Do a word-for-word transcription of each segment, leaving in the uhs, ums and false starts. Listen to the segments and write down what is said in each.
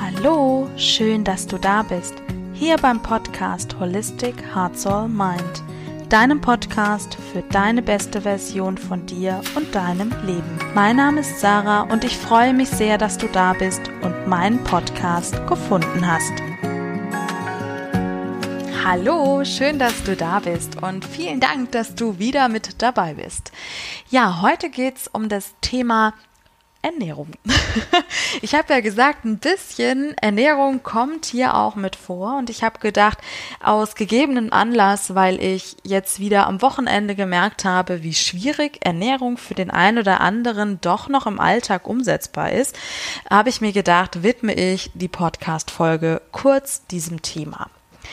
Hallo, schön, dass du da bist. Hier beim Podcast Holistic Heart Soul Mind, deinem Podcast für deine beste Version von dir und deinem Leben. Mein Name ist Sarah und ich freue mich sehr, dass du da bist und meinen Podcast gefunden hast. Hallo, schön, dass du da bist und vielen Dank, dass du wieder mit dabei bist. Ja, heute geht's um das Thema Ernährung. Ich habe ja gesagt, ein bisschen Ernährung kommt hier auch mit vor und ich habe gedacht, aus gegebenem Anlass, weil ich jetzt wieder am Wochenende gemerkt habe, wie schwierig Ernährung für den einen oder anderen doch noch im Alltag umsetzbar ist, habe ich mir gedacht, widme ich die Podcast-Folge kurz diesem Thema.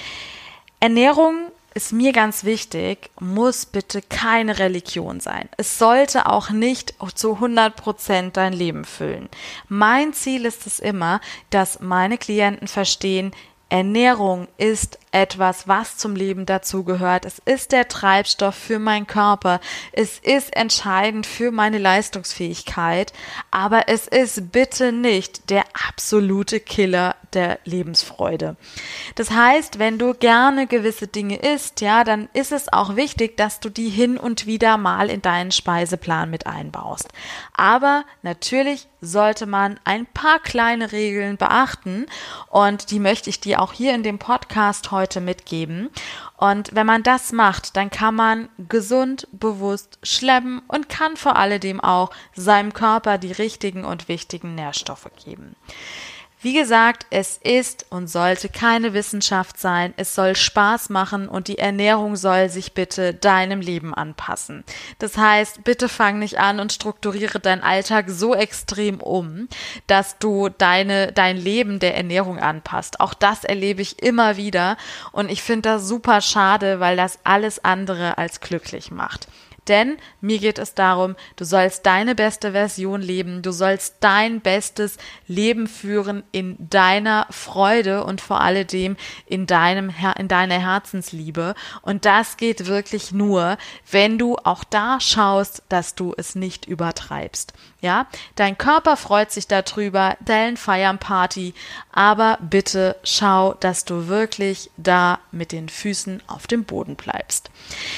Ernährung ist mir ganz wichtig, muss bitte keine Religion sein. Es sollte auch nicht zu hundert Prozent dein Leben füllen. Mein Ziel ist es immer, dass meine Klienten verstehen, Ernährung ist etwas, was zum Leben dazugehört. Es ist der Treibstoff für meinen Körper. Es ist entscheidend für meine Leistungsfähigkeit. Aber es ist bitte nicht der absolute Killer der Lebensfreude. Das heißt, wenn du gerne gewisse Dinge isst, ja, dann ist es auch wichtig, dass du die hin und wieder mal in deinen Speiseplan mit einbaust. Aber natürlich sollte man ein paar kleine Regeln beachten und die möchte ich dir auch hier in dem Podcast heute mitgeben. Und wenn man das macht, dann kann man gesund, bewusst schleppen und kann vor alledem auch seinem Körper die richtigen und wichtigen Nährstoffe geben. Wie gesagt, es ist und sollte keine Wissenschaft sein, es soll Spaß machen und die Ernährung soll sich bitte deinem Leben anpassen. Das heißt, bitte fang nicht an und strukturiere deinen Alltag so extrem um, dass du deine, dein Leben der Ernährung anpasst. Auch das erlebe ich immer wieder und ich finde das super schade, weil das alles andere als glücklich macht. Denn mir geht es darum, du sollst deine beste Version leben, du sollst dein bestes Leben führen in deiner Freude und vor alledem in deinem in deiner Herzensliebe. Und das geht wirklich nur, wenn du auch da schaust, dass du es nicht übertreibst. Ja, dein Körper freut sich darüber, dein Feierparty, aber bitte schau, dass du wirklich da mit den Füßen auf dem Boden bleibst.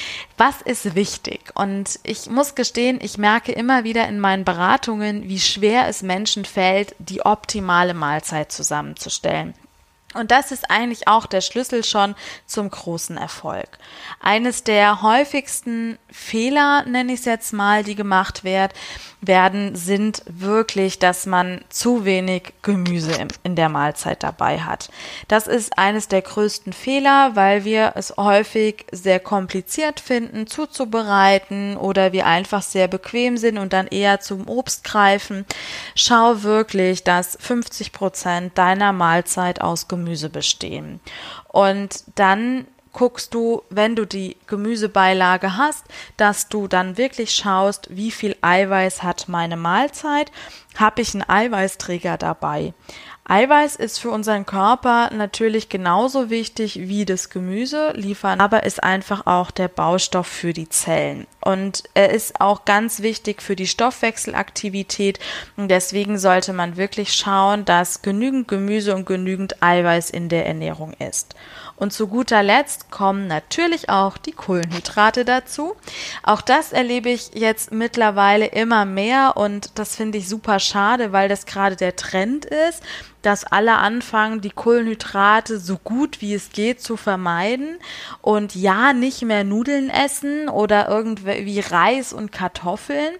Was ist wichtig? Und ich muss gestehen, ich merke immer wieder in meinen Beratungen, wie schwer es Menschen fällt, die optimale Mahlzeit zusammenzustellen. Und das ist eigentlich auch der Schlüssel schon zum großen Erfolg. Eines der häufigsten Fehler, nenne ich es jetzt mal, die gemacht werd, werden, sind wirklich, dass man zu wenig Gemüse in der Mahlzeit dabei hat. Das ist eines der größten Fehler, weil wir es häufig sehr kompliziert finden, zuzubereiten oder wir einfach sehr bequem sind und dann eher zum Obst greifen. Schau wirklich, dass fünfzig Prozent deiner Mahlzeit aus Gemüse bestehen. Und dann guckst du, wenn du die Gemüsebeilage hast, dass du dann wirklich schaust, wie viel Eiweiß hat meine Mahlzeit, habe ich einen Eiweißträger dabei. Eiweiß ist für unseren Körper natürlich genauso wichtig wie das Gemüse liefern, aber ist einfach auch der Baustoff für die Zellen. Und er ist auch ganz wichtig für die Stoffwechselaktivität und deswegen sollte man wirklich schauen, dass genügend Gemüse und genügend Eiweiß in der Ernährung ist. Und zu guter Letzt kommen natürlich auch die Kohlenhydrate dazu. Auch das erlebe ich jetzt mittlerweile immer mehr und das finde ich super schade, weil das gerade der Trend ist, dass alle anfangen, die Kohlenhydrate so gut wie es geht zu vermeiden und ja, nicht mehr Nudeln essen oder irgendwie Reis und Kartoffeln.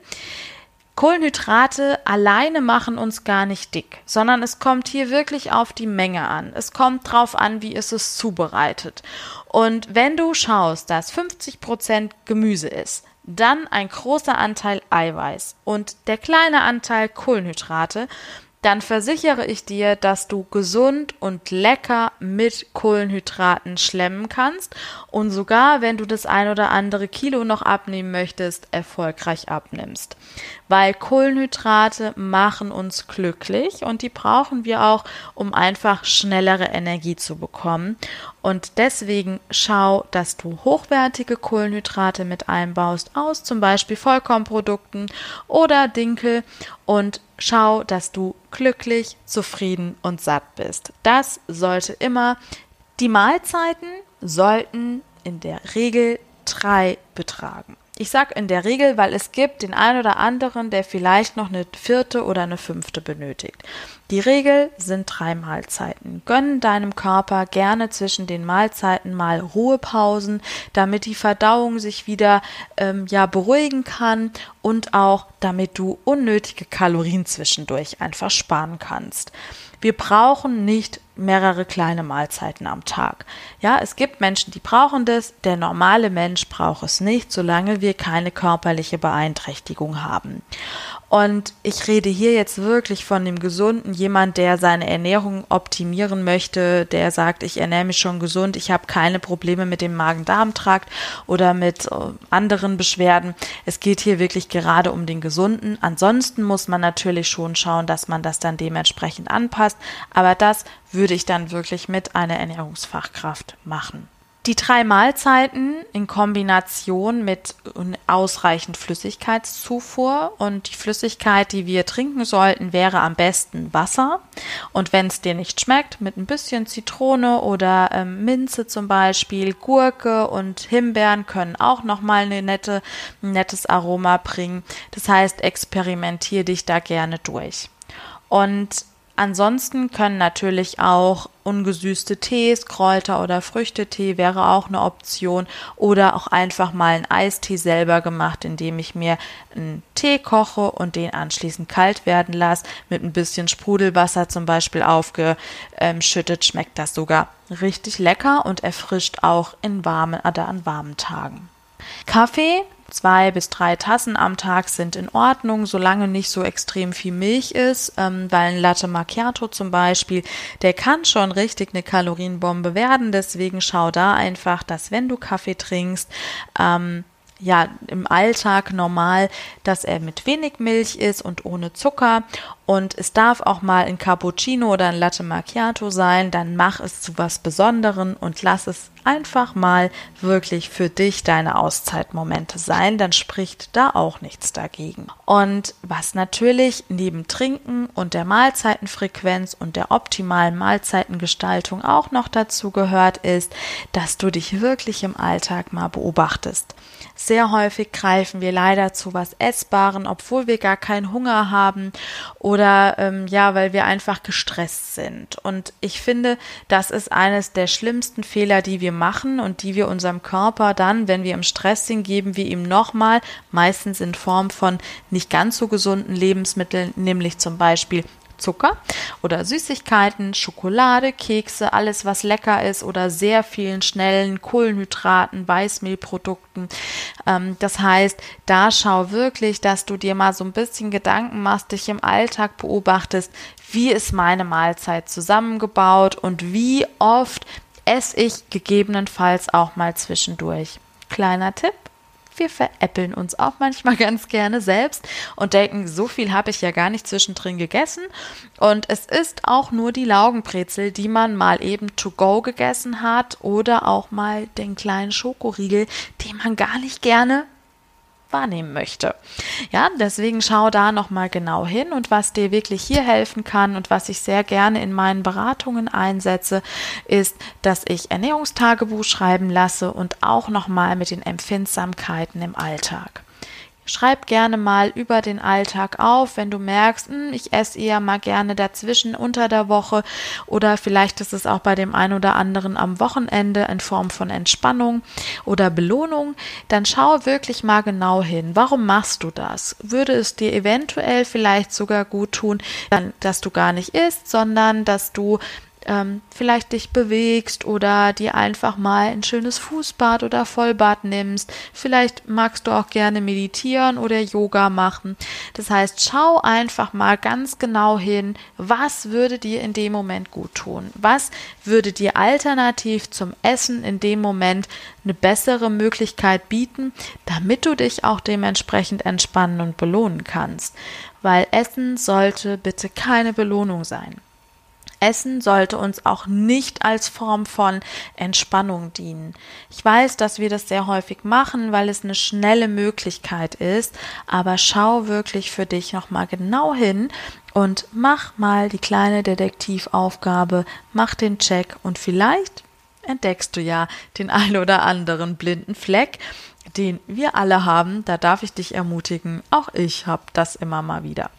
Kohlenhydrate alleine machen uns gar nicht dick, sondern es kommt hier wirklich auf die Menge an. Es kommt drauf an, wie ist es zubereitet. Und wenn du schaust, dass fünfzig Prozent Gemüse ist, dann ein großer Anteil Eiweiß und der kleine Anteil Kohlenhydrate, dann versichere ich dir, dass du gesund und lecker mit Kohlenhydraten schlemmen kannst und sogar, wenn du das ein oder andere Kilo noch abnehmen möchtest, erfolgreich abnimmst. Weil Kohlenhydrate machen uns glücklich und die brauchen wir auch, um einfach schnellere Energie zu bekommen. Und deswegen schau, dass du hochwertige Kohlenhydrate mit einbaust, aus zum Beispiel Vollkornprodukten oder Dinkel und schau, dass du glücklich, zufrieden und satt bist. Das sollte immer, die Mahlzeiten sollten in der Regel drei betragen. Ich sage in der Regel, weil es gibt den einen oder anderen, der vielleicht noch eine vierte oder eine fünfte benötigt. Die Regel sind drei Mahlzeiten. Gönn deinem Körper gerne zwischen den Mahlzeiten mal Ruhepausen, damit die Verdauung sich wieder ähm, ja, beruhigen kann und auch damit du unnötige Kalorien zwischendurch einfach sparen kannst. Wir brauchen nicht mehrere kleine Mahlzeiten am Tag. Ja, es gibt Menschen, die brauchen das. Der normale Mensch braucht es nicht, solange wir keine körperliche Beeinträchtigung haben. Und ich rede hier jetzt wirklich von dem Gesunden, jemand, der seine Ernährung optimieren möchte, der sagt, ich ernähre mich schon gesund, ich habe keine Probleme mit dem Magen-Darm-Trakt oder mit äh, anderen Beschwerden. Es geht hier wirklich gerade um den Gesunden. Ansonsten muss man natürlich schon schauen, dass man das dann dementsprechend anpasst. Aber das würde ich dann wirklich mit einer Ernährungsfachkraft machen. Die drei Mahlzeiten in Kombination mit ausreichend Flüssigkeitszufuhr, und die Flüssigkeit, die wir trinken sollten, wäre am besten Wasser, und wenn es dir nicht schmeckt, mit ein bisschen Zitrone oder ähm, Minze zum Beispiel, Gurke und Himbeeren können auch nochmal eine nette, ein nettes Aroma bringen. Das heißt, experimentier dich da gerne durch. Und ansonsten können natürlich auch ungesüßte Tees, Kräuter- oder Früchtetee wäre auch eine Option, oder auch einfach mal einen Eistee selber gemacht, indem ich mir einen Tee koche und den anschließend kalt werden lasse. Mit ein bisschen Sprudelwasser zum Beispiel aufgeschüttet, schmeckt das sogar richtig lecker und erfrischt auch in warmen oder an warmen Tagen. Kaffee, zwei bis drei Tassen am Tag sind in Ordnung, solange nicht so extrem viel Milch ist, ähm, weil ein Latte Macchiato zum Beispiel, der kann schon richtig eine Kalorienbombe werden. Deswegen schau da einfach, dass wenn du Kaffee trinkst, ähm, ja, im Alltag normal, dass er mit wenig Milch ist und ohne Zucker, und es darf auch mal ein Cappuccino oder ein Latte Macchiato sein, dann mach es zu was Besonderem und lass es einfach mal wirklich für dich deine Auszeitmomente sein, dann spricht da auch nichts dagegen. Und was natürlich neben Trinken und der Mahlzeitenfrequenz und der optimalen Mahlzeitengestaltung auch noch dazu gehört, ist, dass du dich wirklich im Alltag mal beobachtest. Sehr häufig greifen wir leider zu was Essbaren, obwohl wir gar keinen Hunger haben oder ähm, ja, weil wir einfach gestresst sind. Und ich finde, das ist eines der schlimmsten Fehler, die wir machen und die wir unserem Körper dann, wenn wir im Stress sind, geben wir ihm nochmal, meistens in Form von nicht ganz so gesunden Lebensmitteln, nämlich zum Beispiel Zucker oder Süßigkeiten, Schokolade, Kekse, alles was lecker ist, oder sehr vielen schnellen Kohlenhydraten, Weißmehlprodukten. Ähm, das heißt, da schau wirklich, dass du dir mal so ein bisschen Gedanken machst, dich im Alltag beobachtest, wie ist meine Mahlzeit zusammengebaut und wie oft esse ich gegebenenfalls auch mal zwischendurch. Kleiner Tipp: Wir veräppeln uns auch manchmal ganz gerne selbst und denken, so viel habe ich ja gar nicht zwischendrin gegessen. Und es ist auch nur die Laugenbrezel, die man mal eben to go gegessen hat, oder auch mal den kleinen Schokoriegel, den man gar nicht gerne wahrnehmen möchte. Ja, deswegen schau da nochmal genau hin, und was dir wirklich hier helfen kann und was ich sehr gerne in meinen Beratungen einsetze, ist, dass ich Ernährungstagebuch schreiben lasse und auch nochmal mit den Empfindsamkeiten im Alltag. Schreib gerne mal über den Alltag auf, wenn du merkst, mh, ich esse eher mal gerne dazwischen unter der Woche, oder vielleicht ist es auch bei dem einen oder anderen am Wochenende in Form von Entspannung oder Belohnung. Dann schau wirklich mal genau hin. Warum machst du das? Würde es dir eventuell vielleicht sogar gut tun, dass du gar nicht isst, sondern dass du Ähm, vielleicht dich bewegst oder dir einfach mal ein schönes Fußbad oder Vollbad nimmst. Vielleicht magst du auch gerne meditieren oder Yoga machen. Das heißt, schau einfach mal ganz genau hin, was würde dir in dem Moment gut tun? Was würde dir alternativ zum Essen in dem Moment eine bessere Möglichkeit bieten, damit du dich auch dementsprechend entspannen und belohnen kannst? Weil Essen sollte bitte keine Belohnung sein. Essen sollte uns auch nicht als Form von Entspannung dienen. Ich weiß, dass wir das sehr häufig machen, weil es eine schnelle Möglichkeit ist, aber schau wirklich für dich nochmal genau hin und mach mal die kleine Detektivaufgabe, mach den Check und vielleicht entdeckst du ja den ein oder anderen blinden Fleck, den wir alle haben. Da darf ich dich ermutigen, auch ich habe das immer mal wieder.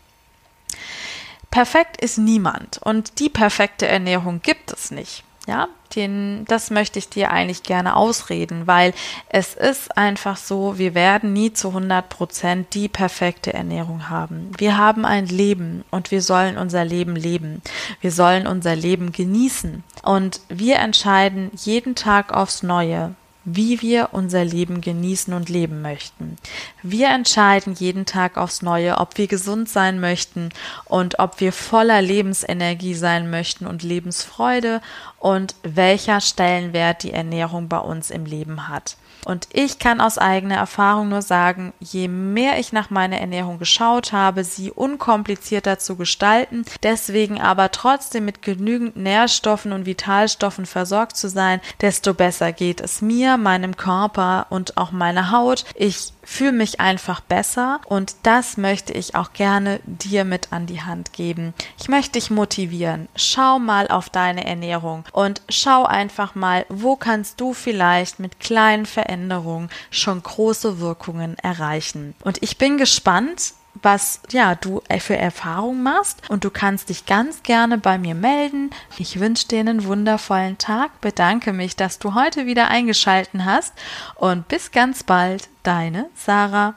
Perfekt ist niemand und die perfekte Ernährung gibt es nicht. Ja, den, das möchte ich dir eigentlich gerne ausreden, weil es ist einfach so, wir werden nie zu hundert Prozent die perfekte Ernährung haben. Wir haben ein Leben und wir sollen unser Leben leben. Wir sollen unser Leben genießen und wir entscheiden jeden Tag aufs Neue, wie wir unser Leben genießen und leben möchten. Wir entscheiden jeden Tag aufs Neue, ob wir gesund sein möchten und ob wir voller Lebensenergie sein möchten und Lebensfreude und welcher Stellenwert die Ernährung bei uns im Leben hat. Und ich kann aus eigener Erfahrung nur sagen, je mehr ich nach meiner Ernährung geschaut habe, sie unkomplizierter zu gestalten, deswegen aber trotzdem mit genügend Nährstoffen und Vitalstoffen versorgt zu sein, desto besser geht es mir, meinem Körper und auch meiner Haut. Ich fühle mich einfach besser und das möchte ich auch gerne dir mit an die Hand geben. Ich möchte dich motivieren. Schau mal auf deine Ernährung und schau einfach mal, wo kannst du vielleicht mit kleinen Veränderungen schon große Wirkungen erreichen. Und ich bin gespannt, was ja du für Erfahrungen machst und du kannst dich ganz gerne bei mir melden. Ich wünsche dir einen wundervollen Tag, bedanke mich, dass du heute wieder eingeschaltet hast und bis ganz bald, deine Sarah.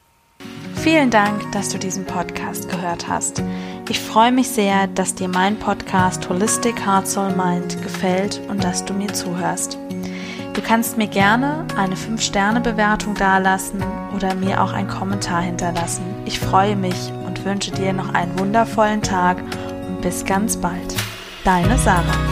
Vielen Dank, dass du diesen Podcast gehört hast. Ich freue mich sehr, dass dir mein Podcast Holistic Heart Soul Mind gefällt und dass du mir zuhörst. Du kannst mir gerne eine fünf Sterne Bewertung dalassen oder mir auch einen Kommentar hinterlassen. Ich freue mich und wünsche dir noch einen wundervollen Tag und bis ganz bald. Deine Sarah.